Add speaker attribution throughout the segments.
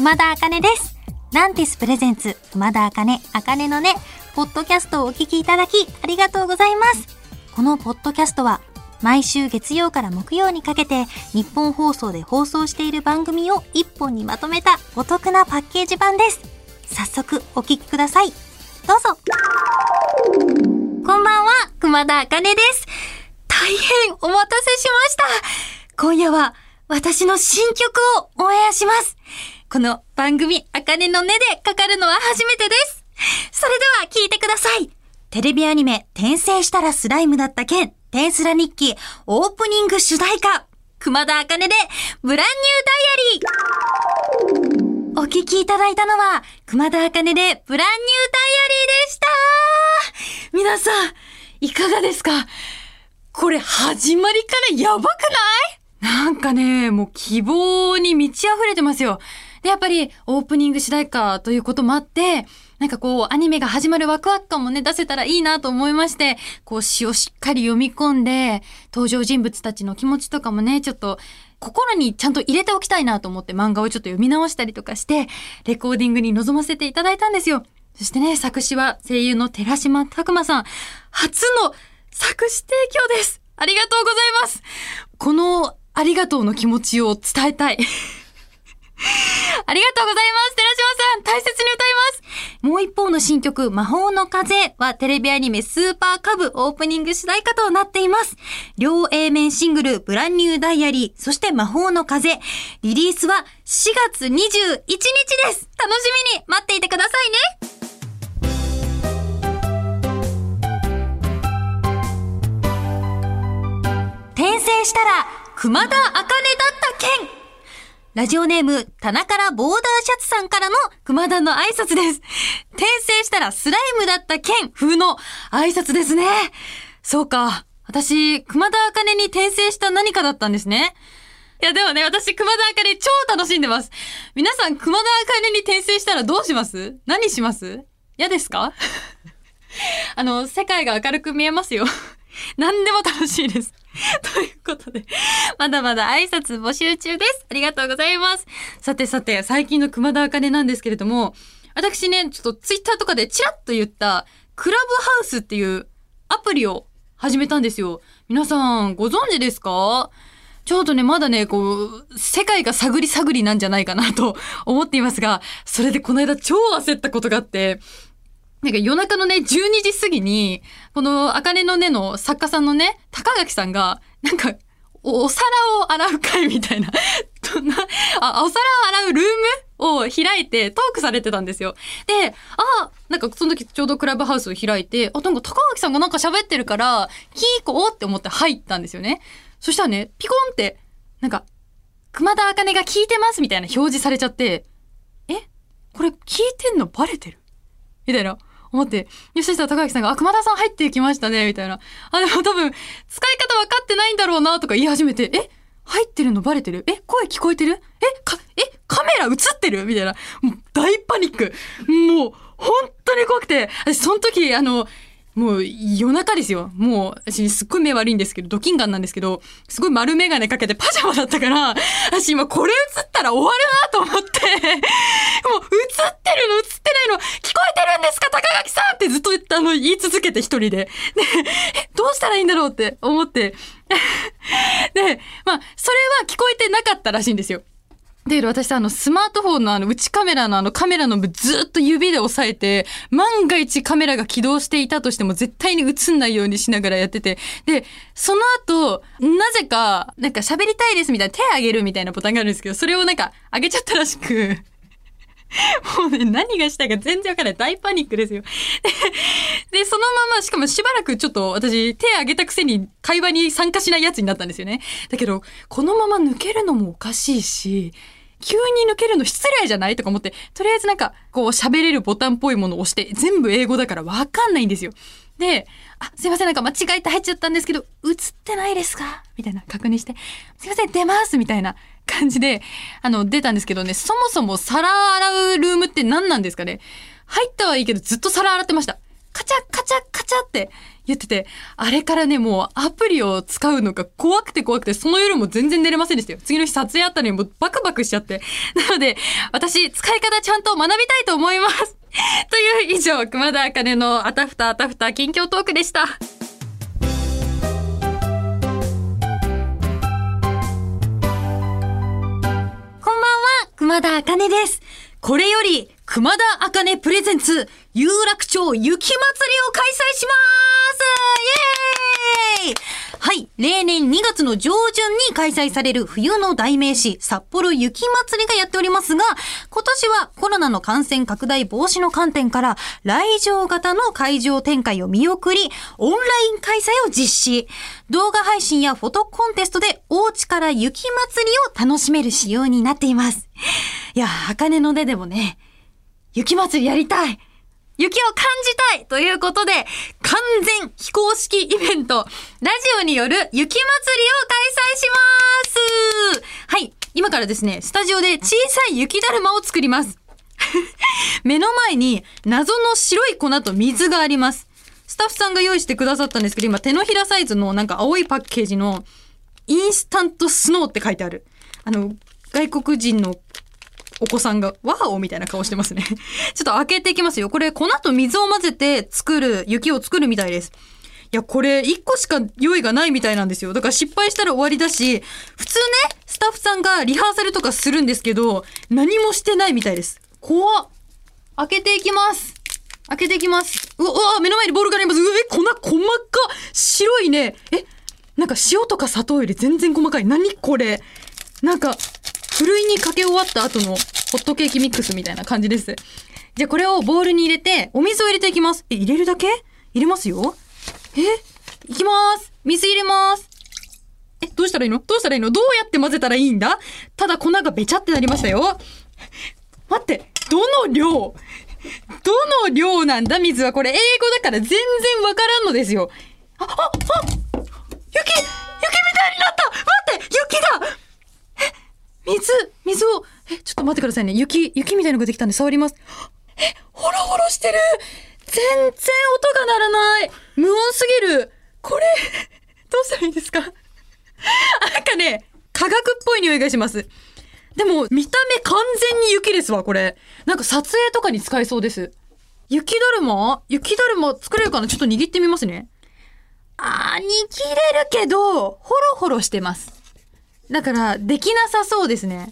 Speaker 1: 熊田茜です。ランティスプレゼンツ熊田茜、茜のね、ポッドキャストをお聞きいただきありがとうございます。このポッドキャストは毎週月曜から木曜にかけて日本放送で放送している番組を一本にまとめたお得なパッケージ版です。早速お聞きください。どうぞ。こんばんは、熊田茜です。大変お待たせしました。今夜は私の新曲をオンエアします。この番組茜の音でかかるのは初めてです。それでは聞いてください。テレビアニメ転生したらスライムだった件転スラ日記オープニング主題歌、熊田茜でブランニューダイアリー。お聴きいただいたのは熊田茜でブランニューダイアリーでした。皆さんいかがですか？これ始まりからやばくない？なんかね、もう希望に満ち溢れてますよ。で、やっぱりオープニング主題歌ということもあって、なんかこうアニメが始まるワクワク感もね出せたらいいなと思いまして、こう詩をしっかり読み込んで、登場人物たちの気持ちとかもね、ちょっと心にちゃんと入れておきたいなと思って漫画をちょっと読み直したりとかして、レコーディングに臨ませていただいたんですよ。そしてね、作詞は声優の寺島拓磨さん。初の作詞提供です。ありがとうございます。このありがとうの気持ちを伝えたい。ありがとうございます。寺島さん、大切に歌います。もう一方の新曲、魔法の風はテレビアニメスーパーカブオープニング主題歌となっています。両 A 面シングル、ブランニューダイアリー、そして魔法の風。リリースは4月21日です。楽しみに待っていてくださいね。転生したら熊田茜だった件。ラジオネーム棚からボーダーシャツさんからの熊田の挨拶です。転生したらスライムだった件風の挨拶ですね。そうか、私熊田茜に転生した何かだったんですね。いやでもね、私熊田茜超楽しんでます。皆さん熊田茜に転生したらどうします？何します？嫌ですか？世界が明るく見えますよ。何でも楽しいです。ということで、まだまだ挨拶募集中です。ありがとうございます。さてさて、最近の熊田茜なんですけれども、私ね、ちょっとツイッターとかでチラッと言ったクラブハウスっていうアプリを始めたんですよ。皆さんご存知ですか？ちょっとね、まだね、こう、世界が探り探りなんじゃないかなと思っていますが、それでこの間超焦ったことがあって、なんか夜中のね、12時過ぎに、この茜の音の作家さんのね、高垣さんが、なんか、お皿を洗う会みたいな、お皿を洗うルームを開いてトークされてたんですよ。で、なんかその時ちょうどクラブハウスを開いて、なんか高垣さんがなんか喋ってるから、聞こうって思って入ったんですよね。そしたらね、ピコンって、なんか、熊田茜が聞いてますみたいな表示されちゃって、これ聞いてんのバレてる？みたいな。思って、そしたら高垣さんが、熊田さん入ってきましたね、みたいな。でも多分、使い方分かってないんだろうな、とか言い始めて、入ってるのバレてる？声聞こえてる？カメラ映ってる？みたいな。もう大パニック。もう、本当に怖くて、私その時、もう夜中ですよ。もう、私すっごい目悪いんですけど、ドキンガンなんですけど、すごい丸眼鏡かけてパジャマだったから、私今これ映ったら終わるなと思って、もう映ってるの映ってないの聞こえてるんですか高垣さんってずっと言い続けて一人で。で、どうしたらいいんだろうって思って。で、それは聞こえてなかったらしいんですよ。だけど私スマートフォンの内カメラのカメラのずっと指で押さえて、万が一カメラが起動していたとしても絶対に映んないようにしながらやってて、で、その後、なぜか、なんか喋りたいですみたいな手あげるみたいなボタンがあるんですけど、それをなんかあげちゃったらしく、もうね、何がしたいか全然わからない。大パニックですよ。で、そのまま、しかもしばらくちょっと私、手挙げたくせに会話に参加しないやつになったんですよね。だけど、このまま抜けるのもおかしいし、急に抜けるの失礼じゃないとか思って、とりあえずなんか、こう喋れるボタンっぽいものを押して、全部英語だからわかんないんですよ。で、すいません、なんか間違えて入っちゃったんですけど、映ってないですかみたいな確認して、すいません、出ますみたいな感じで、出たんですけどね、そもそも皿洗うルームって何なんですかね？入ったはいいけど、ずっと皿洗ってました。 カチャカチャカチャって言ってて、あれからね、もうアプリを使うのが怖くて、その夜も全然寝れませんでしたよ。次の日撮影あったのにもうバクバクしちゃって。なので、私、使い方ちゃんと学びたいと思います。という以上、熊田茜のあたふた近況トークでした。熊田茜です。これより、熊田茜プレゼンツ、有楽町雪祭りを開催します。イエーイ！はい。例年2月の上旬に開催される冬の代名詞、札幌雪祭りがやっておりますが、今年はコロナの感染拡大防止の観点から、来場型の会場展開を見送り、オンライン開催を実施。動画配信やフォトコンテストでお家から雪祭りを楽しめる仕様になっています。いや、茜の出でもね、雪祭りやりたい、雪を感じたいということで、完全非公式イベント、ラジオによる雪祭りを開催します。はい、今からですね、スタジオで小さい雪だるまを作ります。目の前に謎の白い粉と水があります。スタッフさんが用意してくださったんですけど、今手のひらサイズのなんか青いパッケージのインスタントスノーって書いてある。外国人のお子さんがワオみたいな顔してますね。ちょっと開けていきますよ。これ粉と水を混ぜて雪を作るみたいです。いや、これ1個しか用意がないみたいなんですよ。だから失敗したら終わりだし、普通ね、スタッフさんがリハーサルとかするんですけど、何もしてないみたいです。怖っ。開けていきます。うわ、目の前にボールがあります。粉細か白いね。なんか塩とか砂糖より全然細かい。何これ。なんか、ふるいにかけ終わった後のホットケーキミックスみたいな感じです。じゃあこれをボウルに入れて、お水を入れていきます。入れるだけ？入れますよ。いきます。水入れます。どうしたらいいの？どうやって混ぜたらいいんだ？ただ粉がべちゃってなりましたよ。待って、どの量なんだ水は。これ英語だから全然わからんのですよ。雪みたいになった！待って、雪だ！水を、ちょっと待ってくださいね。雪みたいなのができたんで触ります。ホロホロしてる。全然音が鳴らない。無音すぎる。これ、どうしたらいいですか？なんかね、化学っぽい匂いがします。でも、見た目完全に雪ですわ、これ。なんか撮影とかに使えそうです。雪だるま作れるかな？ちょっと握ってみますね。握れるけど、ホロホロしてます。だから、できなさそうですね。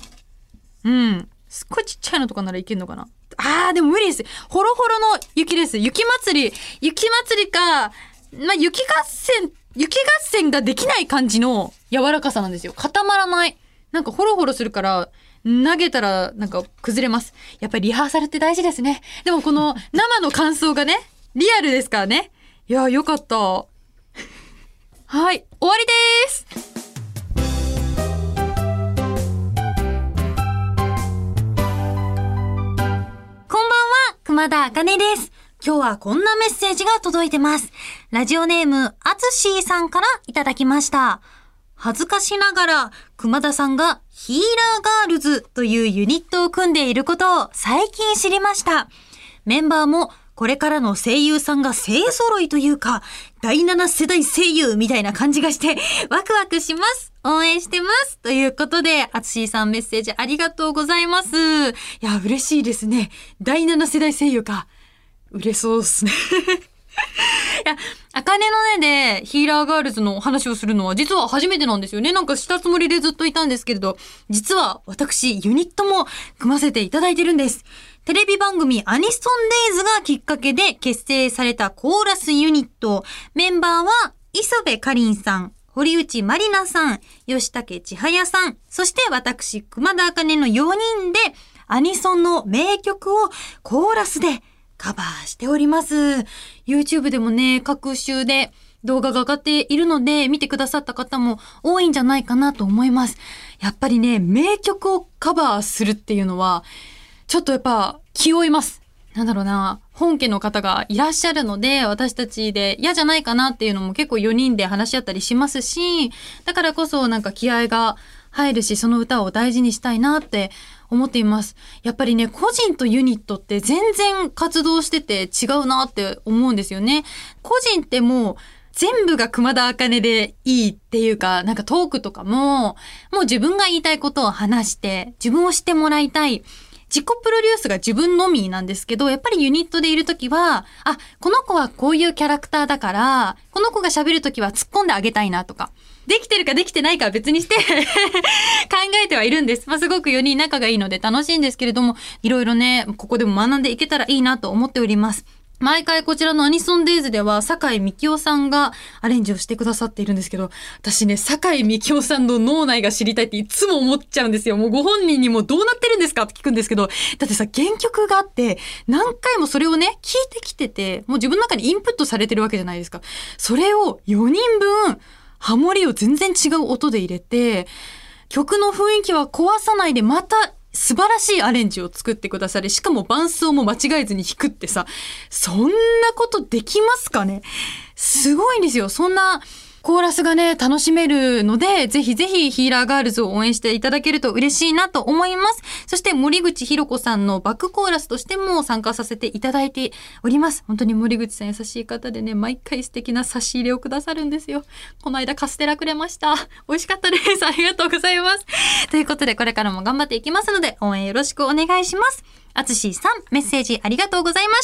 Speaker 1: すっごいちっちゃいのとかならいけんのかな。でも無理です。ホロホロの雪です。雪祭りか、雪合戦ができない感じの柔らかさなんですよ。固まらない。なんかホロホロするから、投げたらなんか崩れます。やっぱりリハーサルって大事ですね。でもこの生の感想がね、リアルですからね。いや、よかった。はい、終わりです。熊田茜です。今日はこんなメッセージが届いてます。ラジオネーム、あつしーさんからいただきました。恥ずかしながら、熊田さんがヒーラーガールズというユニットを組んでいることを最近知りました。メンバーもこれからの声優さんが勢揃いというか、第7世代声優みたいな感じがしてワクワクします。応援してます。ということで、あつしーさんメッセージありがとうございます。いや、嬉しいですね。第7世代声優か。売れそうですね。いや、茜の根でヒーラーガールズの話をするのは実は初めてなんですよね。なんかしたつもりでずっといたんですけれど、実は私ユニットも組ませていただいてるんです。テレビ番組アニソンデイズがきっかけで結成されたコーラスユニット。メンバーは磯部かりんさん、堀内まりなさん、吉武千早さん、そして私熊田茜の4人でアニソンの名曲をコーラスでカバーしております。YouTube でもね、各週で動画が上がっているので、見てくださった方も多いんじゃないかなと思います。やっぱりね、名曲をカバーするっていうのは、ちょっとやっぱ気負います。なんだろうな、本家の方がいらっしゃるので、私たちで嫌じゃないかなっていうのも結構4人で話し合ったりしますし、だからこそなんか気合が入るし、その歌を大事にしたいなって思っています。やっぱりね、個人とユニットって全然活動してて違うなって思うんですよね。個人ってもう全部が熊田茜でいいっていうか、なんかトークとかもう自分が言いたいことを話して自分を知ってもらいたい。自己プロデュースが自分のみなんですけど、やっぱりユニットでいるときは、この子はこういうキャラクターだから、この子が喋るときは突っ込んであげたいなとか、できてるかできてないかは別にして考えてはいるんです。すごく4人仲がいいので楽しいんですけれども、いろいろね、ここでも学んでいけたらいいなと思っております。毎回こちらのアニソンデイズでは酒井美紀夫さんがアレンジをしてくださっているんですけど、私ね、酒井美紀夫さんの脳内が知りたいっていつも思っちゃうんですよ。もうご本人にもどうなってるんですかって聞くんですけど、だってさ、原曲があって何回もそれをね、聞いてきてて、もう自分の中にインプットされてるわけじゃないですか。それを4人分、ハモリを全然違う音で入れて、曲の雰囲気は壊さないでまた素晴らしいアレンジを作ってくださり、しかも伴奏も間違えずに弾くってさ、そんなことできますかね？すごいんですよ。そんなコーラスがね、楽しめるので、ぜひぜひヒーラーガールズを応援していただけると嬉しいなと思います。そして森口博子さんのバックコーラスとしても参加させていただいております。本当に森口さん優しい方でね、毎回素敵な差し入れをくださるんですよ。この間カステラくれました。美味しかったです。ありがとうございます。ということでこれからも頑張っていきますので、応援よろしくお願いします。あつしさん、メッセージありがとうございました。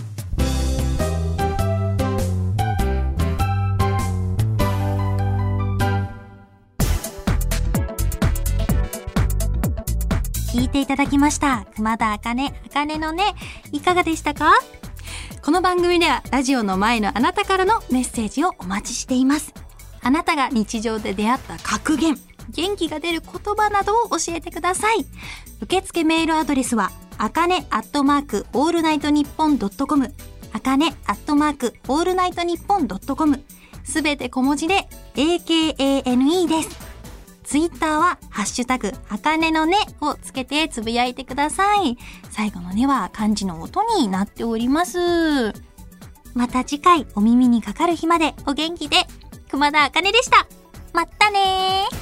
Speaker 1: 聞いていただきました。熊田茜のね、いかがでしたか？この番組ではラジオの前のあなたからのメッセージをお待ちしています。あなたが日常で出会った格言、元気が出る言葉などを教えてください。受付メールアドレスはakane@allnightnippon.com、akane@allnightnippon.com、すべて小文字で AKANE です。ツイッターはハッシュタグあかねのねをつけてつぶやいてください。最後のねは漢字の音になっております。また次回お耳にかかる日までお元気で。熊田あかねでした。まったねー。